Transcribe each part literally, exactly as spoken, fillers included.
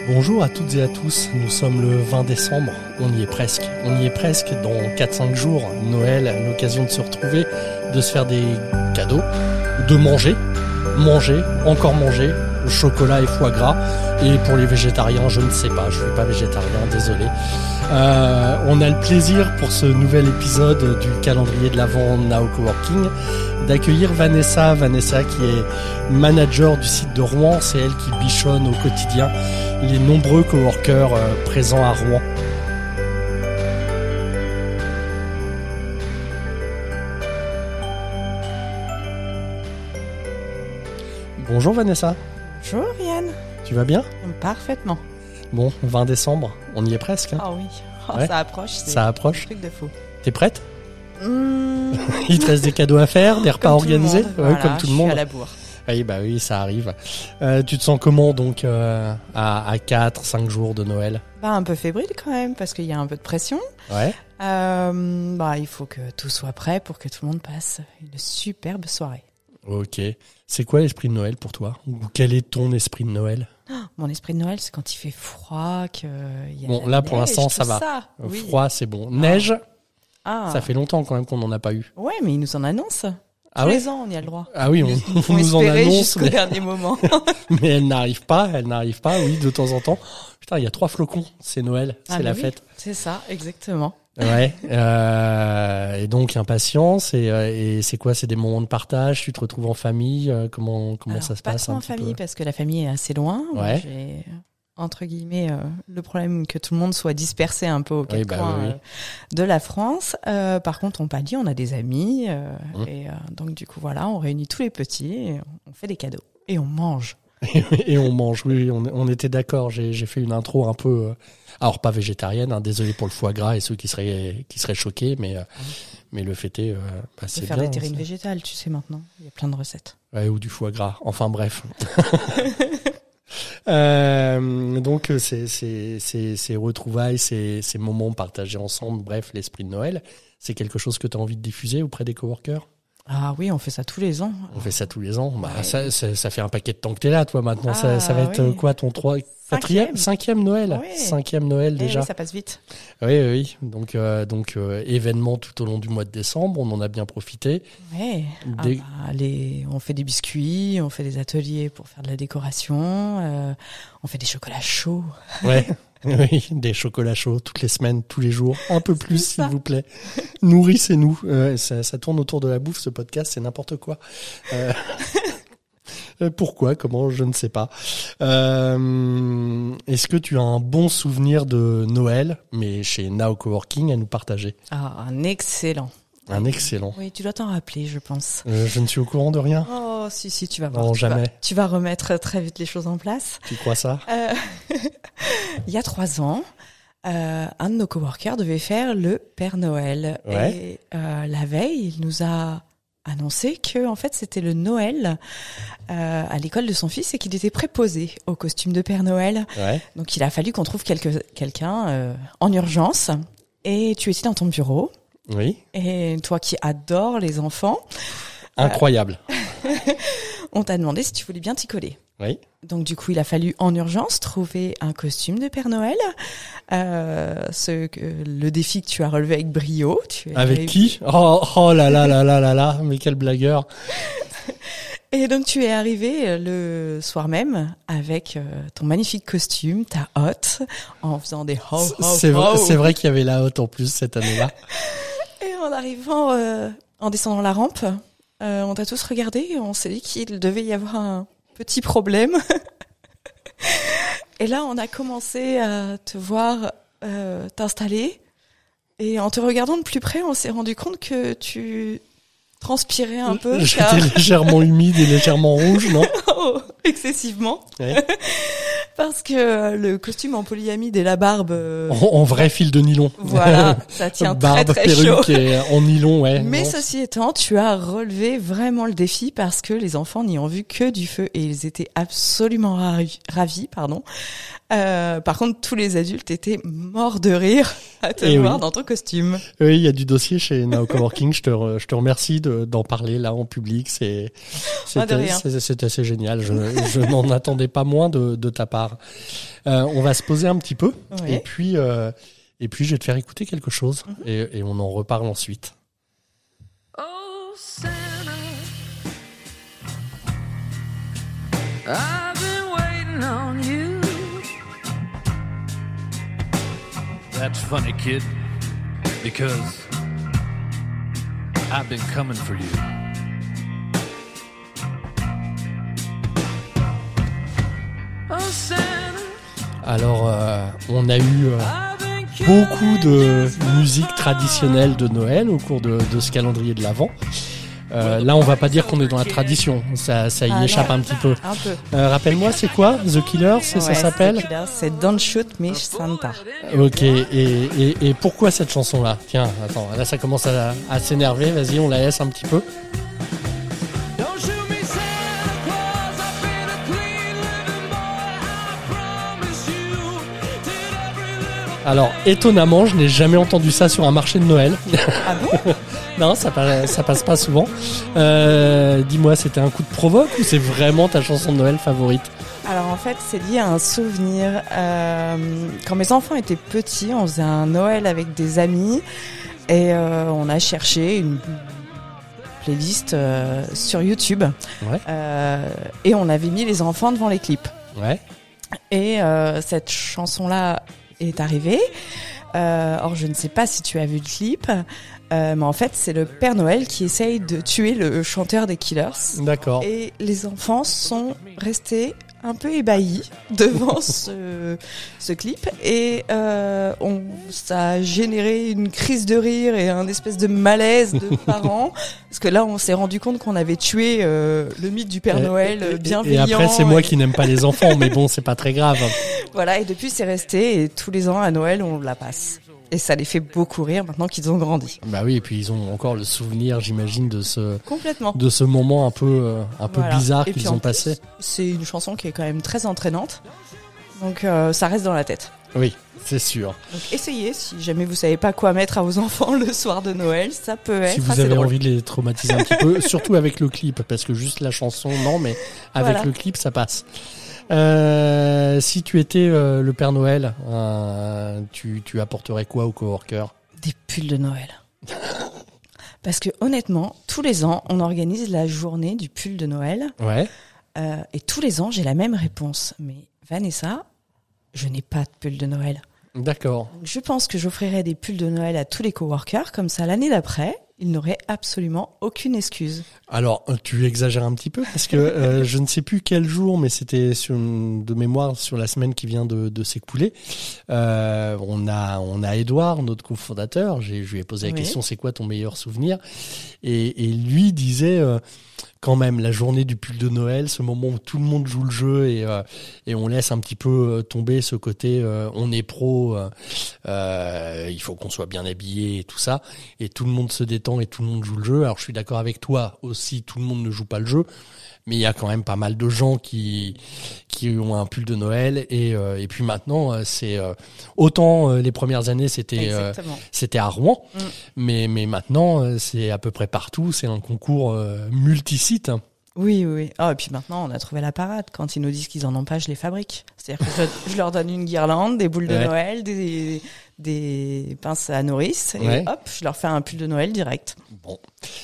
Bonjour à toutes et à tous, nous sommes le vingt décembre, on y est presque. On y est presque, dans quatre cinq jours, Noël, l'occasion de se retrouver, de se faire des cadeaux, de manger, manger, encore manger, chocolat et foie gras. Et pour les végétariens, je ne sais pas, je ne suis pas végétarien, désolé. Euh, on a le plaisir pour ce nouvel épisode du calendrier de l'Avent Now Coworking d'accueillir Vanessa, Vanessa qui est manager du site de Rouen. C'est elle qui bichonne au quotidien les nombreux coworkers euh, présents à Rouen. Bonjour Vanessa. Bonjour Yann. Tu vas bien ? Parfaitement. Bon, vingt décembre, on y est presque. Hein. Ah oui, oh, ouais. ça approche. C'est ça approche. Un truc de fou. T'es prête ? mmh... Il te reste des cadeaux à faire, des repas organisés, ouais, voilà, comme tout le monde. Je suis à la bourre. Oui, bah oui, ça arrive. Euh, tu te sens comment donc euh, à, à quatre cinq jours de Noël ? Bah un peu fébrile quand même parce qu'il y a un peu de pression. Ouais. Euh, bah il faut que tout soit prêt pour que tout le monde passe une superbe soirée. Ok. C'est quoi l'esprit de Noël pour toi ? Ou quel est ton esprit de Noël ? Mon esprit de Noël, c'est quand il fait froid, que il y a bon la là neige, pour l'instant ça va. Ça. Oui. Froid c'est bon. Neige, ah. ça fait longtemps quand même qu'on n'en a pas eu. Ouais, mais ils nous en annoncent. Ah Tous ouais les ans, on y a le droit. Ah oui, on, ils on nous en annonce. Jusqu'au mais... dernier moment. mais elle n'arrive pas, elle n'arrive pas. Oui, de temps en temps. Putain, il y a trois flocons. C'est Noël, c'est ah, la oui, fête. C'est ça, exactement. Ouais. Euh, et donc impatience et, et c'est quoi ? C'est des moments de partage. Tu te retrouves en famille. Euh, comment comment Alors, ça se pas passe trop un en petit famille peu parce que la famille est assez loin. Ouais. Moi, j'ai entre guillemets euh, le problème que tout le monde soit dispersé un peu aux quatre oui, bah, coins oui, oui. euh, de la France. Euh, par contre, on pallie, on a des amis euh, mmh. et euh, donc du coup voilà, on réunit tous les petits, et on fait des cadeaux et on mange. Et on mange, oui, on, on était d'accord. J'ai, j'ai fait une intro un peu, euh, alors pas végétarienne, hein, désolé pour le foie gras et ceux qui seraient qui seraient choqués, mais euh, mmh. mais le fait est, euh, bah, c'est faire bien. Faire des terrines végétales, tu sais maintenant, il y a plein de recettes. Ouais, ou du foie gras. Enfin bref. euh, donc c'est c'est c'est ces retrouvailles, ces ces moments partagés ensemble, bref, l'esprit de Noël, c'est quelque chose que tu as envie de diffuser auprès des coworkers ? Ah oui, on fait ça tous les ans. On fait ça tous les ans. Bah, ouais. ça, ça, ça fait un paquet de temps que t'es là, toi, maintenant. Ah, ça, ça va être oui. quoi, ton trois, quatrième, cinquième Noël? Oui. Cinquième Noël, déjà. Eh oui, ça passe vite. Oui, oui, oui. Donc, euh, donc, euh, événement tout au long du mois de décembre. On en a bien profité. Oui. Des... Ah bah, les... On fait des biscuits, on fait des ateliers pour faire de la décoration, euh, on fait des chocolats chauds. Ouais. Oui, des chocolats chauds toutes les semaines, tous les jours, un peu plus s'il vous plaît. Nourrissez-nous. Euh, ça, ça tourne autour de la bouffe, ce podcast, c'est n'importe quoi. Euh... Pourquoi ? Comment ? Je ne sais pas. Euh... Est-ce que tu as un bon souvenir de Noël, mais chez Now Coworking, à nous partager ? Ah, un excellent. Un excellent. Oui, tu dois t'en rappeler, je pense. Euh, je ne suis au courant de rien. Oh, si, si, tu vas voir. Non, tu jamais. Vas, tu vas remettre très vite les choses en place. Tu crois ça ? euh, Il y a trois ans, euh, un de nos coworkers devait faire le Père Noël. Ouais. Et euh, la veille, il nous a annoncé que en fait c'était le Noël euh, à l'école de son fils et qu'il était préposé au costume de Père Noël. Ouais. Donc il a fallu qu'on trouve quelque, quelqu'un euh, en urgence. Et tu étais dans ton bureau. Oui. Et toi qui adores les enfants. Incroyable. Euh, on t'a demandé si tu voulais bien t'y coller. Oui. Donc du coup, il a fallu en urgence trouver un costume de Père Noël. Euh, ce que, le défi que tu as relevé avec brio. Tu es avec arrivé... qui ? Oh, oh là là là là là là, mais quel blagueur. Et donc tu es arrivé le soir même avec euh, ton magnifique costume, ta hotte, en faisant des ho ho c'est ho. Vrai, c'est vrai qu'il y avait la hotte en plus cette année-là. Et en arrivant, euh, en descendant la rampe, euh, on t'a tous regardé et on s'est dit qu'il devait y avoir un petit problème. Et là, on a commencé à te voir euh, t'installer. Et en te regardant de plus près, on s'est rendu compte que tu transpirais un peu. J'étais car... légèrement humide et légèrement rouge, non ? Oh, excessivement. Ouais. Parce que le costume en polyamide et la barbe... Euh... En, en vrai fil de nylon. Voilà, ça tient barbe, très très chaud. Et en nylon, ouais. Mais non. ceci étant, tu as relevé vraiment le défi parce que les enfants n'y ont vu que du feu et ils étaient absolument ravis. ravis pardon. Euh, par contre, tous les adultes étaient morts de rire à te et voir oui. dans ton costume. Oui, il y a du dossier chez Now Coworking. je te re, je te remercie de, d'en parler là en public. C'est c'est, ah, de rien. c'est, c'est assez génial. Je, je n'en attendais pas moins de, de ta part. tard. Euh, on va se poser un petit peu Oui. et puis euh, et puis je vais te faire écouter quelque chose Mhm. et, et on en reparle ensuite. Oh, Santa, I've been waiting on you. That's funny, kid, because I've been coming for you. Oh, Santa, Alors euh, on a eu euh, I've been beaucoup de musique traditionnelle de Noël au cours de, de ce calendrier de l'Avent. Euh, là, on va pas dire qu'on est dans la tradition, ça, ça y Ah, échappe non. un petit peu. Un peu. Euh, rappelle-moi, c'est quoi The Killers, c'est ça Ouais, s'appelle c'est Killers, c'est Don't Shoot Me Santa. Ok, et, et, et pourquoi cette chanson-là? Tiens, attends, là ça commence à, à s'énerver, vas-y, on la laisse un petit peu. Don't shoot me, Santa Claus. I've been a clean living boy. I promise you. Did every little Alors, étonnamment, je n'ai jamais entendu ça sur un marché de Noël. Ah bon? Non, ça, pa- ça passe pas souvent. Euh, dis-moi, c'était un coup de provoque ou c'est vraiment ta chanson de Noël favorite? Alors en fait, c'est lié à un souvenir. Euh, quand mes enfants étaient petits, on faisait un Noël avec des amis et euh, on a cherché une playlist euh, sur YouTube. Ouais. Euh, et on avait mis les enfants devant les clips. Ouais. Et euh, cette chanson-là est arrivée. Euh, or, je ne sais pas si tu as vu le clip, euh, mais en fait, c'est le Père Noël qui essaye de tuer le chanteur des Killers. D'accord. Et les enfants sont restés un peu ébahis devant ce, ce clip. Et euh, on, ça a généré une crise de rire et un espèce de malaise de parents. Parce que là, on s'est rendu compte qu'on avait tué euh, le mythe du Père Et- Noël et- bienveillant. Et après, c'est moi Et- qui n'aime pas les enfants, mais bon, c'est pas très grave. Voilà, et depuis, c'est resté. Et tous les ans, à Noël, on la passe. Et ça les fait beaucoup rire maintenant qu'ils ont grandi. Bah oui, et puis ils ont encore le souvenir, j'imagine, de ce Complètement. de ce moment un peu euh, un peu Voilà. bizarre Et puis qu'ils en ont plus, passé. C'est une chanson qui est quand même très entraînante. Donc euh, ça reste dans la tête. Oui, c'est sûr. Donc essayez, si jamais vous savez pas quoi mettre à vos enfants le soir de Noël, ça peut être Si vous assez avez drôle. envie de les traumatiser un petit peu, surtout avec le clip, parce que juste la chanson, non, mais avec Voilà. le clip, ça passe. Euh, si tu étais euh, le Père Noël, euh, tu, tu apporterais quoi aux coworkers? Des pulls de Noël. Parce que honnêtement, tous les ans, on organise la journée du pull de Noël. Ouais. Euh, et tous les ans, j'ai la même réponse. Mais Vanessa, je n'ai pas de pull de Noël. D'accord. Donc, je pense que j'offrirai des pulls de Noël à tous les coworkers. Comme ça, l'année d'après, ils n'auraient absolument aucune excuse. Alors, tu exagères un petit peu parce que euh, je ne sais plus quel jour, mais c'était sur de mémoire sur la semaine qui vient de, de s'écouler. Euh, on a on a Edouard, notre cofondateur. J'ai, je lui ai posé la Oui. question, c'est quoi ton meilleur souvenir? Et, et lui disait euh, quand même la journée du pull de Noël, ce moment où tout le monde joue le jeu et euh, et on laisse un petit peu euh, tomber ce côté euh, on est pro, euh, euh, il faut qu'on soit bien habillé et tout ça, et tout le monde se détend et tout le monde joue le jeu. Alors je suis d'accord avec toi aussi, tout le monde ne joue pas le jeu, mais il y a quand même pas mal de gens qui qui ont un pull de Noël et euh, et puis maintenant euh, c'est euh, autant euh, les premières années c'était euh, Exactement. c'était à Rouen, Mm. mais mais maintenant euh, c'est à peu près partout, c'est un concours euh, multisite. Oui, oui, oui. Oh, et puis maintenant, on a trouvé la parade. Quand ils nous disent qu'ils en ont pas, je les fabrique. C'est-à-dire que je, je leur donne une guirlande, des boules de Ouais. Noël, des, des pinces à nourrice, et Ouais. hop, je leur fais un pull de Noël direct. Bon.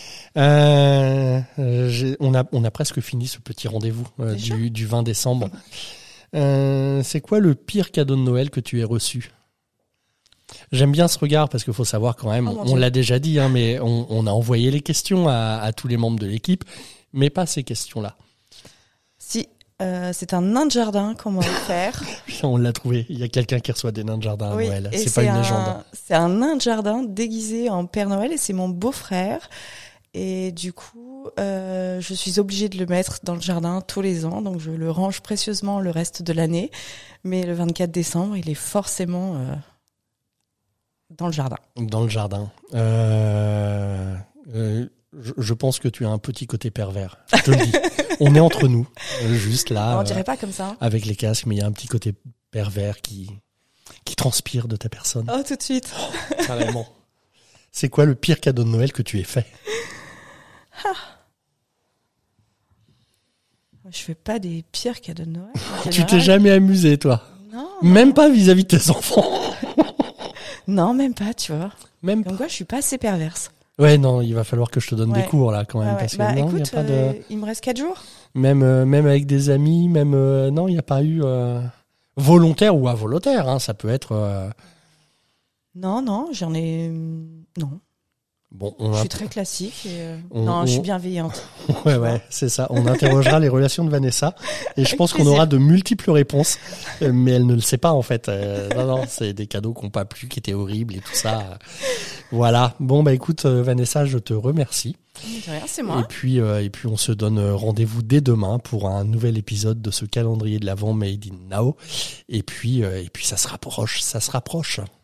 Euh, euh, j'ai- on a on a presque fini ce petit rendez-vous euh, Déjà du du vingt décembre. Euh, c'est quoi le pire cadeau de Noël que tu aies reçu? J'aime bien ce regard parce qu'il faut savoir quand même, Oh, mon on Dieu. l'a déjà dit, hein, mais on, on a envoyé les questions à, à tous les membres de l'équipe, mais pas ces questions-là. Si, euh, c'est un nain de jardin qu'on m'a offert. On l'a trouvé. Il y a quelqu'un qui reçoit des nains de jardin à Oui, Noël. et C'est pas une un- légende. C'est un nain de jardin déguisé en Père Noël et c'est mon beau-frère. Et du coup, euh, je suis obligée de le mettre dans le jardin tous les ans, donc je le range précieusement le reste de l'année. Mais le vingt-quatre décembre, il est forcément euh, dans le jardin. Dans le jardin. Euh, euh, je, je pense que tu as un petit côté pervers. Je te le dis. On est entre nous, euh, juste là, On euh, dirait pas comme ça. avec les casques, mais il y a un petit côté pervers qui qui transpire de ta personne. Oh, tout de suite. Carrément. C'est quoi le pire cadeau de Noël que tu aies fait? Je fais pas des pires cadeaux de Noël. en Tu général. t'es jamais amusé, toi? Non. Même pas vis-à-vis de tes enfants? Non, même pas, tu vois. Même Comme quoi, je suis pas assez perverse. Ouais, non, il va falloir que je te donne Ouais. des cours, là, quand même. Ouais, ouais. Parce que Bah, non, il écoute, y a pas euh, de... il me reste quatre jours. Même, euh, même avec des amis, même... euh, non, il n'y a pas eu... euh, volontaire ou involontaire, hein, ça peut être... euh, Non, non, j'en ai. Non. Bon, on Je a- suis très classique. Et euh, On- non, je suis on- bienveillante. Ouais, ouais, c'est ça. On interrogera les relations de Vanessa et je Avec pense qu'on plaisir. aura de multiples réponses, euh, mais elle ne le sait pas en fait. Euh, non, non, c'est des cadeaux qui n'ont pas plu, qui étaient horribles et tout ça. Voilà. Bon, bah écoute, euh, Vanessa, je te remercie. De rien, c'est Et moi. puis, euh, et puis, on se donne rendez-vous dès demain pour un nouvel épisode de ce calendrier de l'Avent Made in Now. Et puis, euh, et puis, ça se rapproche, ça se rapproche.